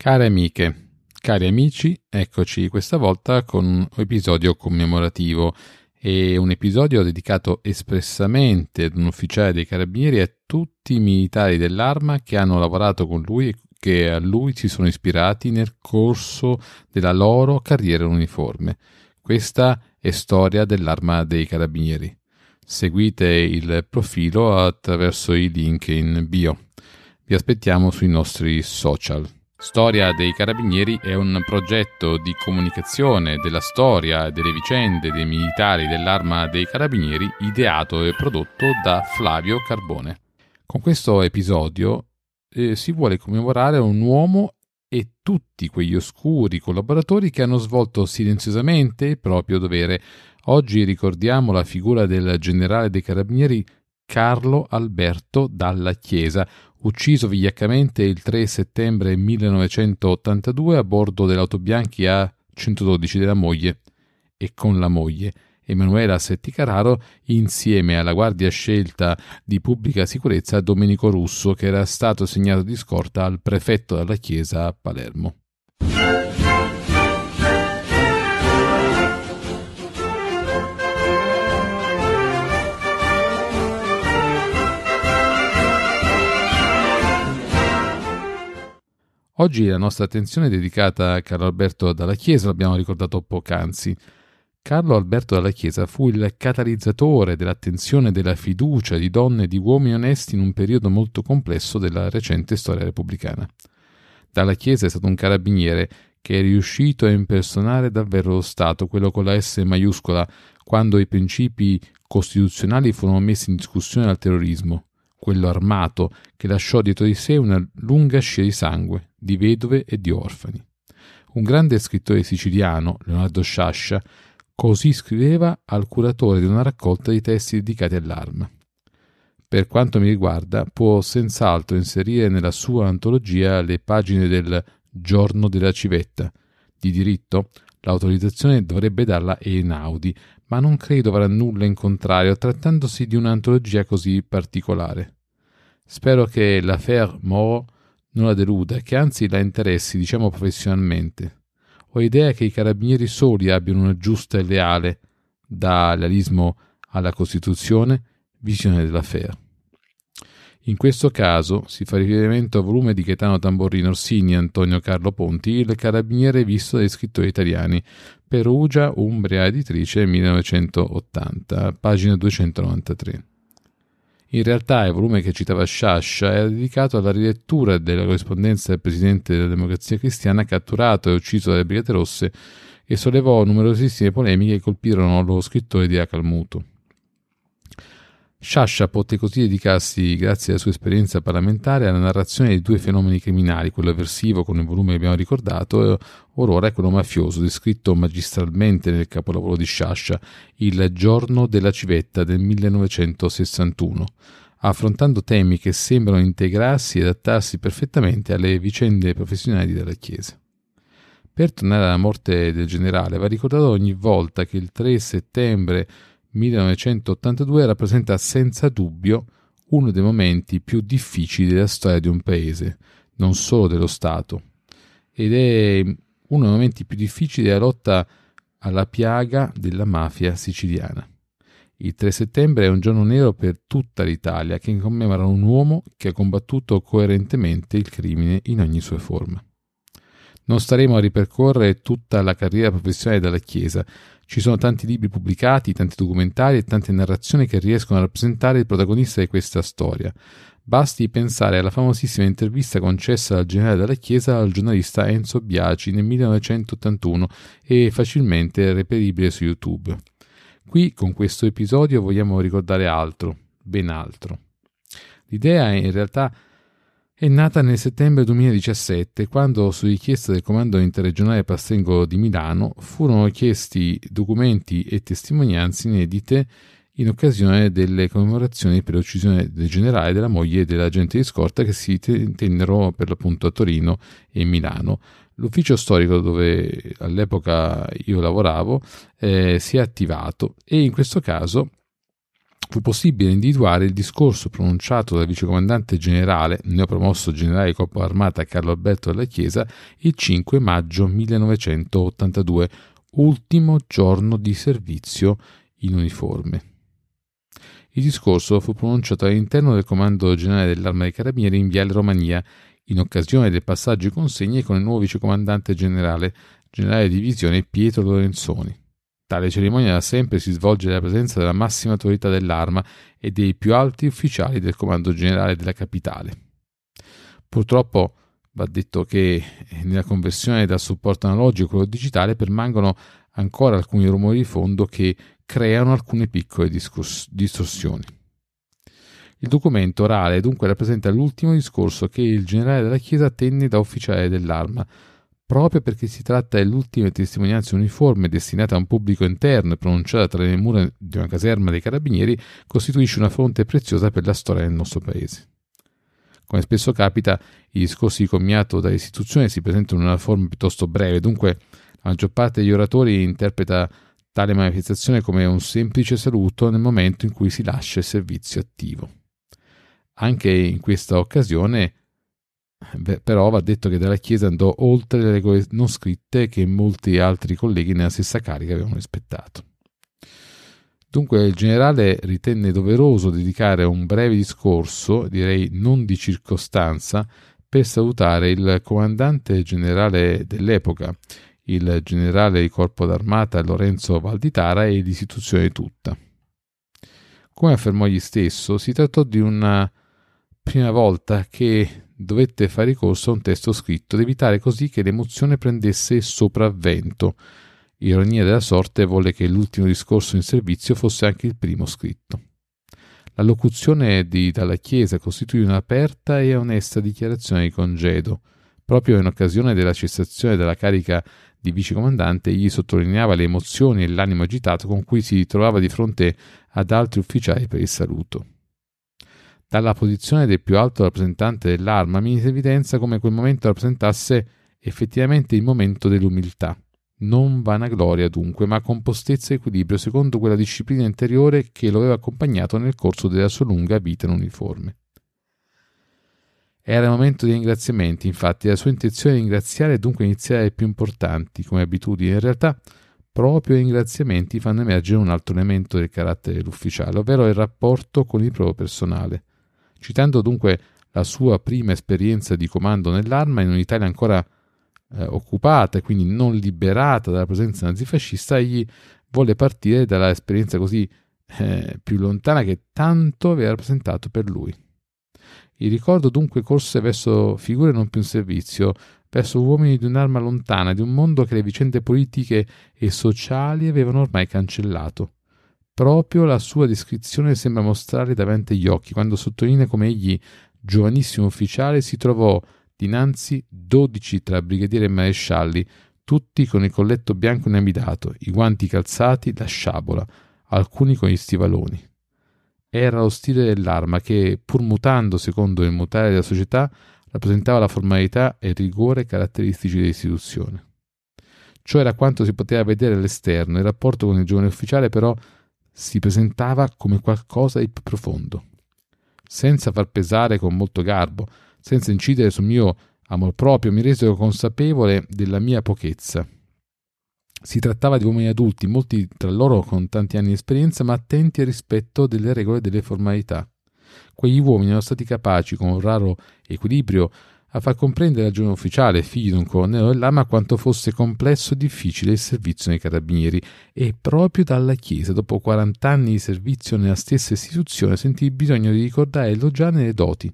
Care amiche, cari amici, eccoci questa volta con un episodio commemorativo e un episodio dedicato espressamente ad un ufficiale dei Carabinieri e a tutti i militari dell'Arma che hanno lavorato con lui e che a lui si sono ispirati nel corso della loro carriera in uniforme. Questa è storia dell'Arma dei Carabinieri. Seguite il profilo attraverso i link in bio. Vi aspettiamo sui nostri social. Storia dei Carabinieri è un progetto di comunicazione della storia e delle vicende dei militari dell'Arma dei Carabinieri ideato e prodotto da Flavio Carbone. Con questo episodio si vuole commemorare un uomo e tutti quegli oscuri collaboratori che hanno svolto silenziosamente il proprio dovere. Oggi ricordiamo la figura del generale dei Carabinieri Carlo Alberto Dalla Chiesa, ucciso vigliaccamente il 3 settembre 1982 a bordo dell'autobianchi A112 della moglie e con la moglie, Emanuela Setticararo, insieme alla guardia scelta di pubblica sicurezza Domenico Russo, che era stato assegnato di scorta al prefetto della Chiesa a Palermo. Oggi la nostra attenzione è dedicata a Carlo Alberto Dalla Chiesa, l'abbiamo ricordato poc'anzi. Carlo Alberto Dalla Chiesa fu il catalizzatore dell'attenzione e della fiducia di donne e di uomini onesti in un periodo molto complesso della recente storia repubblicana. Dalla Chiesa è stato un carabiniere che è riuscito a impersonare davvero lo Stato, quello con la S maiuscola, quando i principi costituzionali furono messi in discussione dal terrorismo, quello armato che lasciò dietro di sé una lunga scia di sangue, di vedove e di orfani. Un grande scrittore siciliano, Leonardo Sciascia, così scriveva al curatore di una raccolta di testi dedicati all'Arma. Per quanto mi riguarda, può senz'altro inserire nella sua antologia le pagine del Giorno della Civetta. Di diritto, l'autorizzazione dovrebbe darla Einaudi, ma non credo avrà nulla in contrario, trattandosi di un'antologia così particolare. Spero che l'affaire Moro non la deluda, che anzi la interessi, diciamo professionalmente. Ho idea che i carabinieri soli abbiano una giusta e leale, da lealismo alla Costituzione, visione dell'affaire. In questo caso si fa riferimento al volume di Gaetano Tamborrino Orsini e Antonio Carlo Ponti, Il carabiniere visto dai scrittori italiani, Perugia, Umbria Editrice, 1980, pagina 293. In realtà il volume che citava Sciascia era dedicato alla rilettura della corrispondenza del presidente della Democrazia Cristiana catturato e ucciso dalle Brigate Rosse e sollevò numerosissime polemiche che colpirono lo scrittore di Acalmuto. Sciascia poté così dedicarsi, grazie alla sua esperienza parlamentare, alla narrazione di due fenomeni criminali, quello eversivo con il volume che abbiamo ricordato e ora quello mafioso, descritto magistralmente nel capolavoro di Sciascia, Il Giorno della Civetta del 1961, affrontando temi che sembrano integrarsi e adattarsi perfettamente alle vicende professionali della Chiesa. Per tornare alla morte del generale, va ricordato ogni volta che il 3 settembre 1982 rappresenta senza dubbio uno dei momenti più difficili della storia di un paese, non solo dello Stato, ed è uno dei momenti più difficili della lotta alla piaga della mafia siciliana. Il 3 settembre è un giorno nero per tutta l'Italia che commemora un uomo che ha combattuto coerentemente il crimine in ogni sua forma. Non staremo a ripercorrere tutta la carriera professionale della Chiesa. Ci sono tanti libri pubblicati, tanti documentari e tante narrazioni che riescono a rappresentare il protagonista di questa storia. Basti pensare alla famosissima intervista concessa dal generale della Chiesa al giornalista Enzo Biagi nel 1981 e facilmente reperibile su YouTube. Qui, con questo episodio, vogliamo ricordare altro, ben altro. L'idea in realtà è nata nel settembre 2017, quando, su richiesta del Comando Interregionale Pastrengo di Milano, furono chiesti documenti e testimonianze inedite in occasione delle commemorazioni per l'uccisione del generale, della moglie e dell'agente di scorta che si tennero per l'appunto a Torino e Milano. L'ufficio storico dove all'epoca io lavoravo si è attivato e in questo caso fu possibile individuare il discorso pronunciato dal vicecomandante generale, neopromosso generale di Corpo d'Armata Carlo Alberto Dalla Chiesa, il 5 maggio 1982, ultimo giorno di servizio in uniforme. Il discorso fu pronunciato all'interno del Comando Generale dell'Arma dei Carabinieri in Viale Romania, in occasione del passaggio di consegne con il nuovo vicecomandante generale di divisione Pietro Lorenzoni. Tale cerimonia da sempre si svolge alla presenza della massima autorità dell'Arma e dei più alti ufficiali del Comando Generale della Capitale. Purtroppo va detto che nella conversione dal supporto analogico a quello digitale permangono ancora alcuni rumori di fondo che creano alcune piccole distorsioni. Il documento orale dunque rappresenta l'ultimo discorso che il generale Dalla Chiesa tenne da ufficiale dell'Arma, proprio perché si tratta dell'ultima testimonianza uniforme destinata a un pubblico interno e pronunciata tra le mura di una caserma dei carabinieri, costituisce una fonte preziosa per la storia del nostro paese. Come spesso capita, i discorsi di commiato dalle istituzioni si presentano in una forma piuttosto breve, dunque la maggior parte degli oratori interpreta tale manifestazione come un semplice saluto nel momento in cui si lascia il servizio attivo. Anche in questa occasione, però, va detto che Dalla Chiesa andò oltre le regole non scritte che molti altri colleghi nella stessa carica avevano rispettato. Dunque il generale ritenne doveroso dedicare un breve discorso, direi non di circostanza, per salutare il comandante generale dell'epoca, il generale di Corpo d'Armata Lorenzo Valditara e l'istituzione tutta. Come affermò egli stesso, si trattò di una prima volta che dovette fare ricorso a un testo scritto, ed evitare così che l'emozione prendesse sopravvento. Ironia della sorte volle che l'ultimo discorso in servizio fosse anche il primo scritto. La locuzione di Dalla Chiesa costituì un'aperta e onesta dichiarazione di congedo. Proprio in occasione della cessazione dalla carica di vicecomandante, egli sottolineava le emozioni e l'animo agitato con cui si trovava di fronte ad altri ufficiali per il saluto. Dalla posizione del più alto rappresentante dell'Arma mise in evidenza come quel momento rappresentasse effettivamente il momento dell'umiltà. Non vanagloria dunque, ma compostezza e equilibrio secondo quella disciplina interiore che lo aveva accompagnato nel corso della sua lunga vita in uniforme. Era il momento dei ringraziamenti, infatti, la sua intenzione di ringraziare e dunque iniziare le più importanti come abitudini. In realtà, proprio i ringraziamenti fanno emergere un altro elemento del carattere dell'ufficiale, ovvero il rapporto con il proprio personale. Citando dunque la sua prima esperienza di comando nell'Arma in un'Italia ancora occupata e quindi non liberata dalla presenza nazifascista, egli volle partire dalla esperienza così più lontana che tanto aveva rappresentato per lui. Il ricordo dunque corse verso figure non più in servizio, verso uomini di un'Arma lontana, di un mondo che le vicende politiche e sociali avevano ormai cancellato. Proprio la sua descrizione sembra mostrare davanti agli occhi, quando sottolinea come egli, giovanissimo ufficiale, si trovò dinanzi 12 tra brigadieri e marescialli, tutti con il colletto bianco inamidato, i guanti calzati, la sciabola, alcuni con gli stivaloni. Era lo stile dell'Arma che, pur mutando secondo il mutare della società, rappresentava la formalità e il rigore caratteristici dell'istituzione. Ciò era quanto si poteva vedere all'esterno. Il rapporto con il giovane ufficiale però si presentava come qualcosa di più profondo. Senza far pesare con molto garbo, senza incidere sul mio amor proprio, mi resero consapevole della mia pochezza. Si trattava di uomini adulti, molti tra loro con tanti anni di esperienza, ma attenti al rispetto delle regole e delle formalità. Quegli uomini erano stati capaci, con un raro equilibrio, a far comprendere al giovane ufficiale, figlio di un colonnello dell'Arma, quanto fosse complesso e difficile il servizio nei carabinieri, e proprio Dalla Chiesa, dopo 40 anni di servizio nella stessa istituzione, sentì il bisogno di ricordare e elogiare le doti.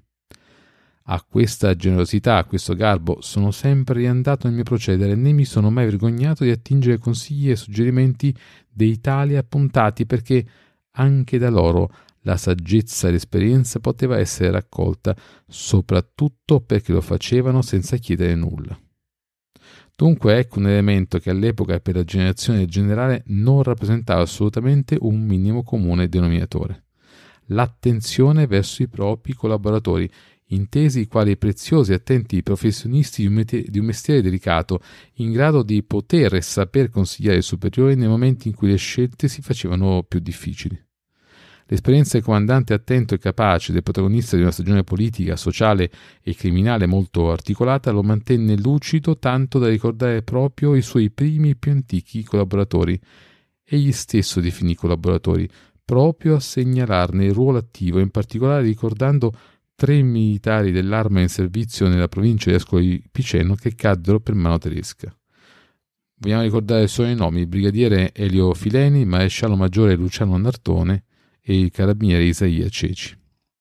A questa generosità, a questo garbo, sono sempre riandato nel mio procedere, né mi sono mai vergognato di attingere consigli e suggerimenti dei tali appuntati, perché anche da loro la saggezza e l'esperienza poteva essere raccolta, soprattutto perché lo facevano senza chiedere nulla. Dunque ecco un elemento che all'epoca e per la generazione del generale non rappresentava assolutamente un minimo comune denominatore: l'attenzione verso i propri collaboratori, intesi quali preziosi e attenti professionisti di un mestiere delicato, in grado di poter e saper consigliare i superiori nei momenti in cui le scelte si facevano più difficili. L'esperienza del comandante attento e capace, del protagonista di una stagione politica, sociale e criminale molto articolata, lo mantenne lucido tanto da ricordare proprio i suoi primi e più antichi collaboratori. Egli stesso definì collaboratori, proprio a segnalarne il ruolo attivo, in particolare ricordando 3 militari dell'Arma in servizio nella provincia di Ascoli Piceno che caddero per mano tedesca. Vogliamo ricordare solo i nomi: il brigadiere Elio Fileni, il maresciallo maggiore Luciano Nartone e il carabiniere Isaia Ceci.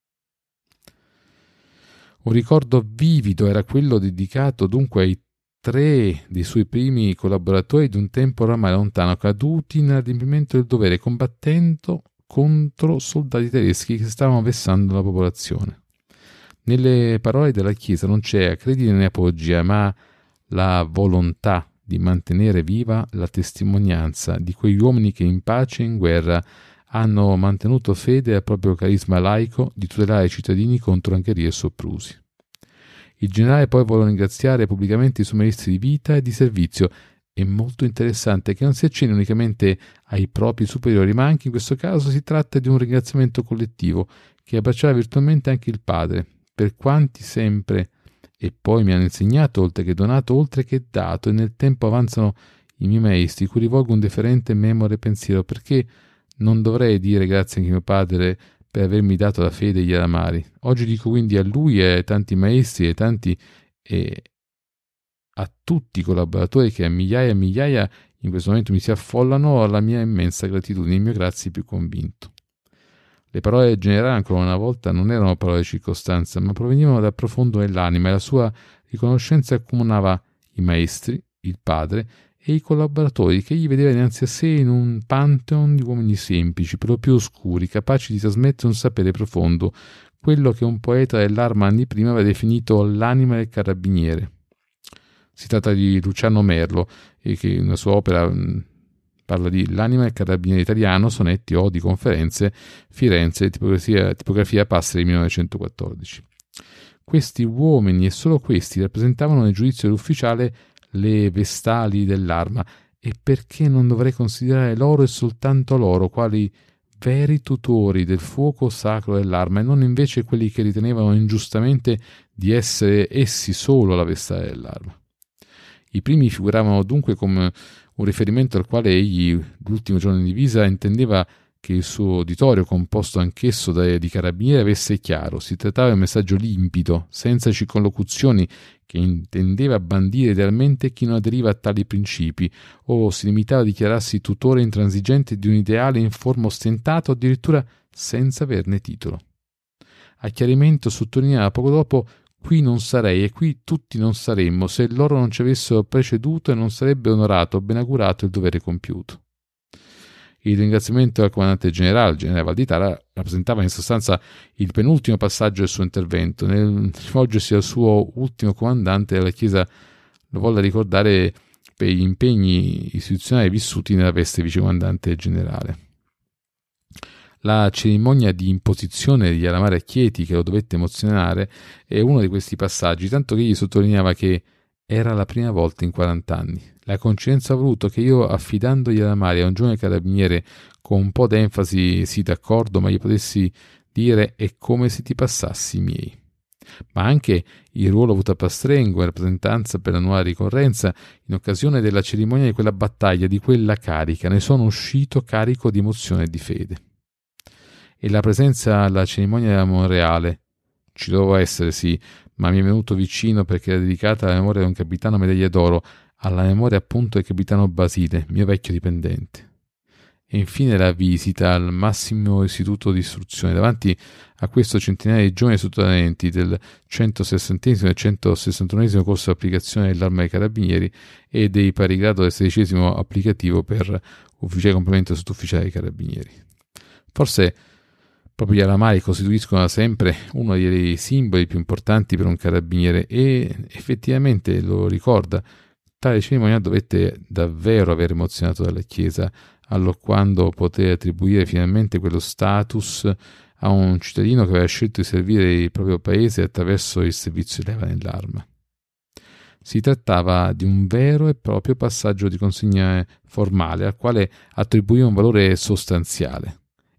Un ricordo vivido era quello dedicato dunque ai 3 dei suoi primi collaboratori di un tempo oramai lontano, caduti nell'adempimento del dovere, combattendo contro soldati tedeschi che stavano vessando la popolazione. Nelle parole della Chiesa non c'è accredine né apologia, ma la volontà di mantenere viva la testimonianza di quegli uomini che in pace e in guerra hanno mantenuto fede al proprio carisma laico di tutelare i cittadini contro angherie e soprusi. Il generale poi vuole ringraziare pubblicamente i suoi maestri di vita e di servizio. È molto interessante che non si accenni unicamente ai propri superiori, ma anche in questo caso si tratta di un ringraziamento collettivo che abbraccerà virtualmente anche il padre, per quanti sempre e poi mi hanno insegnato, oltre che donato, oltre che dato, e nel tempo avanzano i miei maestri, cui rivolgo un deferente memore pensiero, perché non dovrei dire grazie anche a mio padre per avermi dato la fede e gli aramari. Oggi dico quindi a lui e ai tanti maestri e a tutti i collaboratori che a migliaia e migliaia in questo momento mi si affollano, la mia immensa gratitudine, il mio grazie più convinto. Le parole del generale ancora una volta non erano parole di circostanza, ma provenivano dal profondo dell'anima, e la sua riconoscenza accomunava i maestri, il padre e i collaboratori che egli vedeva dinanzi a sé in un pantheon di uomini semplici, per lo più oscuri, capaci di trasmettere un sapere profondo, quello che un poeta dell'Arma anni prima aveva definito l'anima del carabiniere. Si tratta di Luciano Merlo, che in una sua opera parla di L'anima del carabiniere italiano, sonetti, odi, conferenze, Firenze, tipografia Passeri 1914. Questi uomini, e solo questi, rappresentavano nel giudizio dell'ufficiale le vestali dell'Arma, e perché non dovrei considerare loro e soltanto loro quali veri tutori del fuoco sacro dell'Arma, e non invece quelli che ritenevano ingiustamente di essere essi solo la vestale dell'Arma. I primi figuravano dunque come un riferimento al quale egli, l'ultimo giorno di divisa, intendeva che il suo uditorio, composto anch'esso di carabinieri, avesse chiaro. Si trattava di un messaggio limpido, senza circonlocuzioni, che intendeva bandire idealmente chi non aderiva a tali principi o si limitava a dichiararsi tutore intransigente di un ideale in forma ostentata o addirittura senza averne titolo. A chiarimento sottolineava poco dopo: qui non sarei e qui tutti non saremmo se loro non ci avessero preceduto, e non sarebbe onorato o benaugurato il dovere compiuto. Il ringraziamento al comandante generale, il generale Valditara, rappresentava in sostanza il penultimo passaggio del suo intervento. Nel rivolgersi al suo ultimo comandante, la Chiesa lo volle ricordare per gli impegni istituzionali vissuti nella veste vicecomandante generale. La cerimonia di imposizione degli aramari a Chieti, che lo dovette emozionare, è uno di questi passaggi, tanto che egli sottolineava che era la prima volta in 40 anni. La coincidenza ha voluto che io, affidando gli aramari a un giovane carabiniere con un po' d'enfasi, sì d'accordo, ma gli potessi dire: è come se ti passassi i miei. Ma anche il ruolo avuto a Pastrengo in rappresentanza per la nuova ricorrenza, in occasione della cerimonia di quella battaglia, di quella carica, ne sono uscito carico di emozione e di fede. E la presenza alla cerimonia a Monreale ci doveva essere, sì, ma mi è venuto vicino perché era dedicata alla memoria di un capitano medaglia d'oro, alla memoria appunto del capitano Basile, mio vecchio dipendente. E infine la visita al massimo istituto di istruzione. Davanti a questo centinaia di giovani sottotenenti del 160° e 161° corso di applicazione dell'Arma dei Carabinieri e dei pari grado del 16° applicativo per ufficiale complemento sottufficiale dei Carabinieri. Forse proprio gli aramari costituiscono da sempre uno dei simboli più importanti per un carabiniere, e effettivamente lo ricorda. Tale cerimonia dovette davvero aver emozionato dalla Chiesa, allorquando poté attribuire finalmente quello status a un cittadino che aveva scelto di servire il proprio paese attraverso il servizio di leva nell'Arma. Si trattava di un vero e proprio passaggio di consegna formale, al quale attribuiva un valore sostanziale.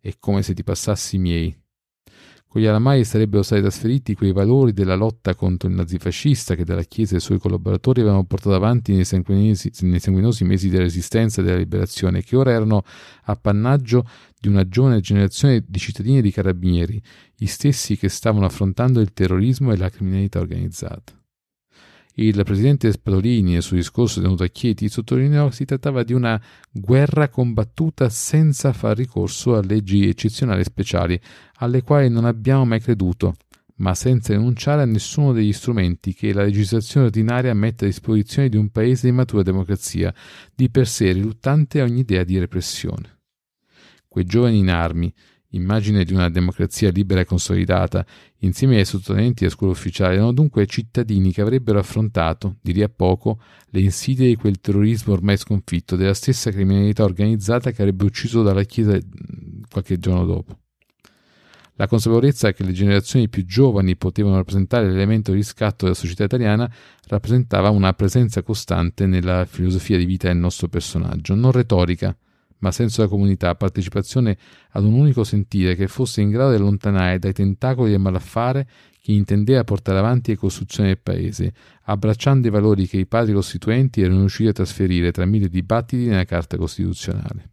è come se ti passassi i miei. Con gli Alamai sarebbero stati trasferiti quei valori della lotta contro il nazifascista che dalla Chiesa e i suoi collaboratori avevano portato avanti nei sanguinosi mesi della resistenza e della liberazione, che ora erano appannaggio di una giovane generazione di cittadini e di carabinieri, gli stessi che stavano affrontando il terrorismo e la criminalità organizzata. Il presidente Spadolini, nel suo discorso tenuto a Chieti, sottolineò che si trattava di una guerra combattuta senza far ricorso a leggi eccezionali e speciali, alle quali non abbiamo mai creduto, ma senza rinunciare a nessuno degli strumenti che la legislazione ordinaria mette a disposizione di un paese di matura democrazia, di per sé riluttante a ogni idea di repressione. Quei giovani in armi, immagine di una democrazia libera e consolidata, insieme ai sottotenenti a scuola ufficiale, erano dunque cittadini che avrebbero affrontato, di lì a poco, le insidie di quel terrorismo ormai sconfitto, della stessa criminalità organizzata che avrebbe ucciso dalla Chiesa qualche giorno dopo. La consapevolezza che le generazioni più giovani potevano rappresentare l'elemento di riscatto della società italiana rappresentava una presenza costante nella filosofia di vita del nostro personaggio, non retorica, ma senso della comunità, partecipazione ad un unico sentire che fosse in grado di allontanare dai tentacoli del malaffare chi intendeva portare avanti le costruzioni del paese, abbracciando i valori che i padri costituenti erano riusciti a trasferire tra mille dibattiti nella Carta Costituzionale.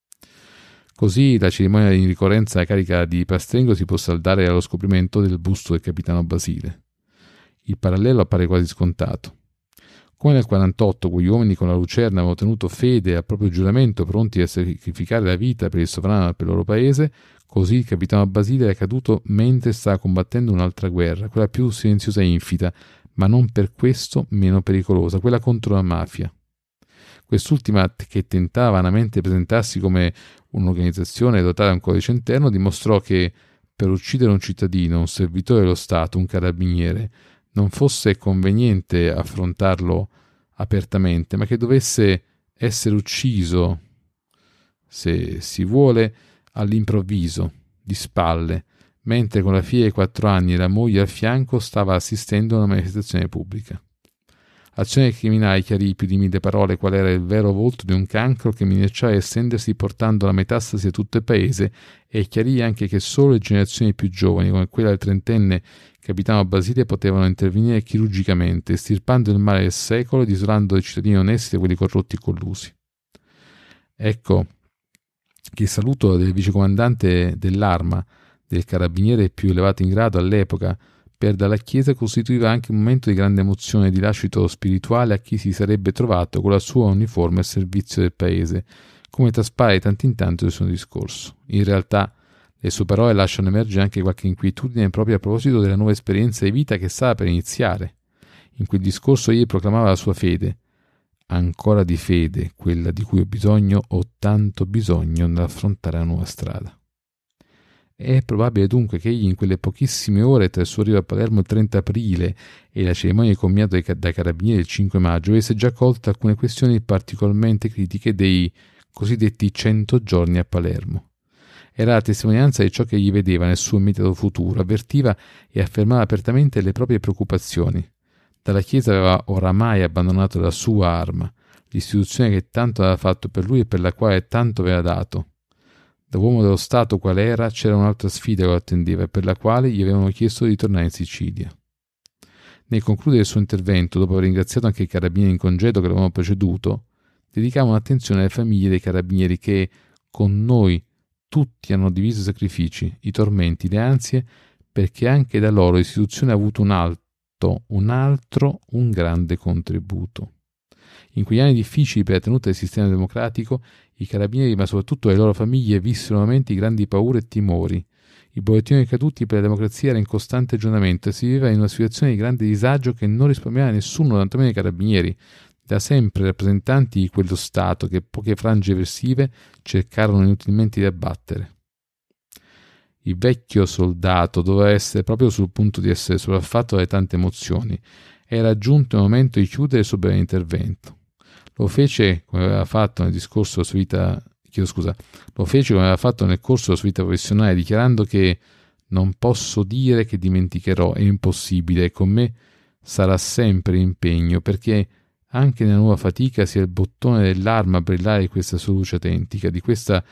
Così la cerimonia di ricorrenza alla carica di Pastrengo si può saldare allo scoprimento del busto del capitano Basile. Il parallelo appare quasi scontato. Come nel 48 quegli uomini con la lucerna avevano tenuto fede al proprio giuramento, pronti a sacrificare la vita per il sovrano e per il loro paese, così il capitano Basile era caduto mentre stava combattendo un'altra guerra, quella più silenziosa e infida, ma non per questo meno pericolosa, quella contro la mafia. Quest'ultima, che tentava vanamente di presentarsi come un'organizzazione dotata di un codice interno, dimostrò che per uccidere un cittadino, un servitore dello Stato, un carabiniere, non fosse conveniente affrontarlo apertamente, ma che dovesse essere ucciso, se si vuole, all'improvviso, di spalle, mentre con la figlia di 4 anni e la moglie al fianco stava assistendo a una manifestazione pubblica. L'azione del criminale chiarì più di 1000 parole qual era il vero volto di un cancro che minacciava di estendersi portando la metastasi a tutto il paese, e chiarì anche che solo le generazioni più giovani, come quella del trentenne capitano Basile, potevano intervenire chirurgicamente, estirpando il male del secolo ed isolando i cittadini onesti da quelli corrotti e collusi. Ecco che il saluto del vicecomandante dell'Arma, del carabiniere più elevato in grado all'epoca, per dalla Chiesa, costituiva anche un momento di grande emozione e di lascito spirituale a chi si sarebbe trovato con la sua uniforme al servizio del paese, come traspare di tanto in tanto del suo discorso. In realtà le sue parole lasciano emergere anche qualche inquietudine proprio a proposito della nuova esperienza di vita che stava per iniziare. In quel discorso egli proclamava la sua fede. Ancora di fede, quella di cui ho tanto bisogno nell'affrontare la nuova strada. È probabile dunque che egli in quelle pochissime ore tra il suo arrivo a Palermo il 30 aprile e la cerimonia di commiato dai carabinieri il 5 maggio avesse già colto alcune questioni particolarmente critiche dei cosiddetti 100 giorni a Palermo. Era la testimonianza di ciò che egli vedeva nel suo immediato futuro, avvertiva e affermava apertamente le proprie preoccupazioni. Dalla Chiesa aveva oramai abbandonato la sua Arma, l'istituzione che tanto aveva fatto per lui e per la quale tanto aveva dato. Da uomo dello Stato qual era, c'era un'altra sfida che lo attendeva e per la quale gli avevano chiesto di tornare in Sicilia. Nel concludere il suo intervento, dopo aver ringraziato anche i carabinieri in congedo che l'avevano preceduto, dedicava un'attenzione alle famiglie dei carabinieri che, con noi, tutti hanno diviso i sacrifici, i tormenti, le ansie, perché anche da loro l'istituzione ha avuto un grande contributo. In quegli anni difficili per la tenuta del sistema democratico, i carabinieri, ma soprattutto le loro famiglie, vissero momenti di grandi paure e timori. Il bollettino dei caduti per la democrazia era in costante aggiornamento e si viveva in una situazione di grande disagio che non risparmiava nessuno, tantomeno i carabinieri, da sempre rappresentanti di quello Stato che poche frange eversive cercarono inutilmente di abbattere. Il vecchio soldato doveva essere proprio sul punto di essere sopraffatto dalle tante emozioni. Era giunto il momento di chiudere il suo breve intervento. Lo fece come aveva fatto nel corso della sua vita professionale, dichiarando che non posso dire che dimenticherò, è impossibile, e con me sarà sempre impegno, perché anche nella nuova fatica sia il bottone dell'Arma a brillare di questa sua luce autentica, di questa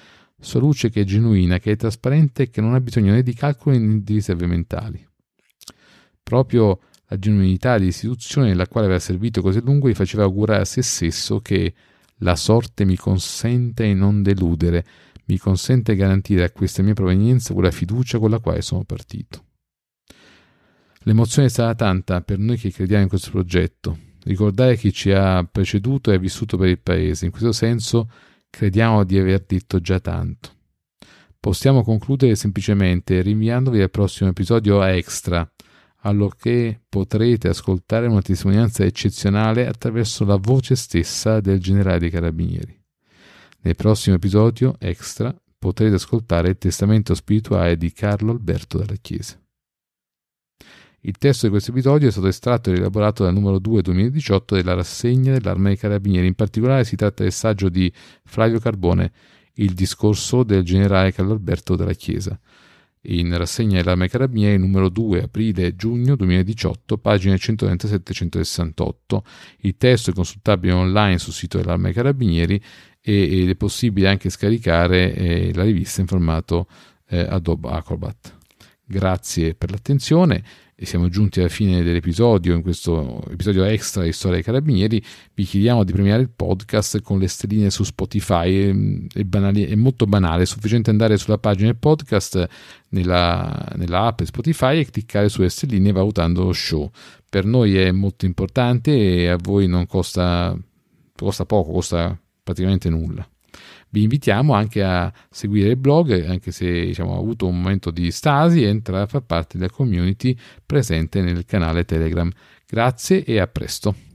sua luce che è genuina, che è trasparente e che non ha bisogno né di calcoli né di riserve mentali. Proprio la genuinità dell'istituzione nella quale aveva servito così a lungo gli faceva augurare a se stesso che la sorte mi consente di non deludere, mi consente di garantire a questa mia provenienza quella fiducia con la quale sono partito. L'emozione è stata tanta per noi che crediamo in questo progetto. Ricordare chi ci ha preceduto e ha vissuto per il paese. In questo senso crediamo di aver detto già tanto. Possiamo concludere semplicemente rinviandovi al prossimo episodio extra, allorché potrete ascoltare una testimonianza eccezionale attraverso la voce stessa del generale dei carabinieri. Nel prossimo episodio extra potrete ascoltare il testamento spirituale di Carlo Alberto Dalla Chiesa. Il testo di questo episodio è stato estratto e rielaborato dal numero 2 2018 della rassegna dell'Arma dei Carabinieri. In particolare si tratta del saggio di Flavio Carbone, Il discorso del generale Carlo Alberto Dalla Chiesa. In rassegna dell'Arma dei Carabinieri, numero 2 aprile-giugno 2018, pagine 137-168. Il testo è consultabile online sul sito dell'Arma dei Carabinieri ed è possibile anche scaricare la rivista in formato Adobe Acrobat. Grazie per l'attenzione e siamo giunti alla fine dell'episodio. In questo episodio extra di Storia dei Carabinieri vi chiediamo di premiare il podcast con le stelline su Spotify. È molto banale, è sufficiente andare sulla pagina del podcast nella app Spotify e cliccare sulle stelline valutando lo show. Per noi è molto importante e a voi non costa poco, costa praticamente nulla. Vi invitiamo anche a seguire il blog, anche se ha avuto un momento di stasi, e entrare a far parte della community presente nel canale Telegram. Grazie e a presto.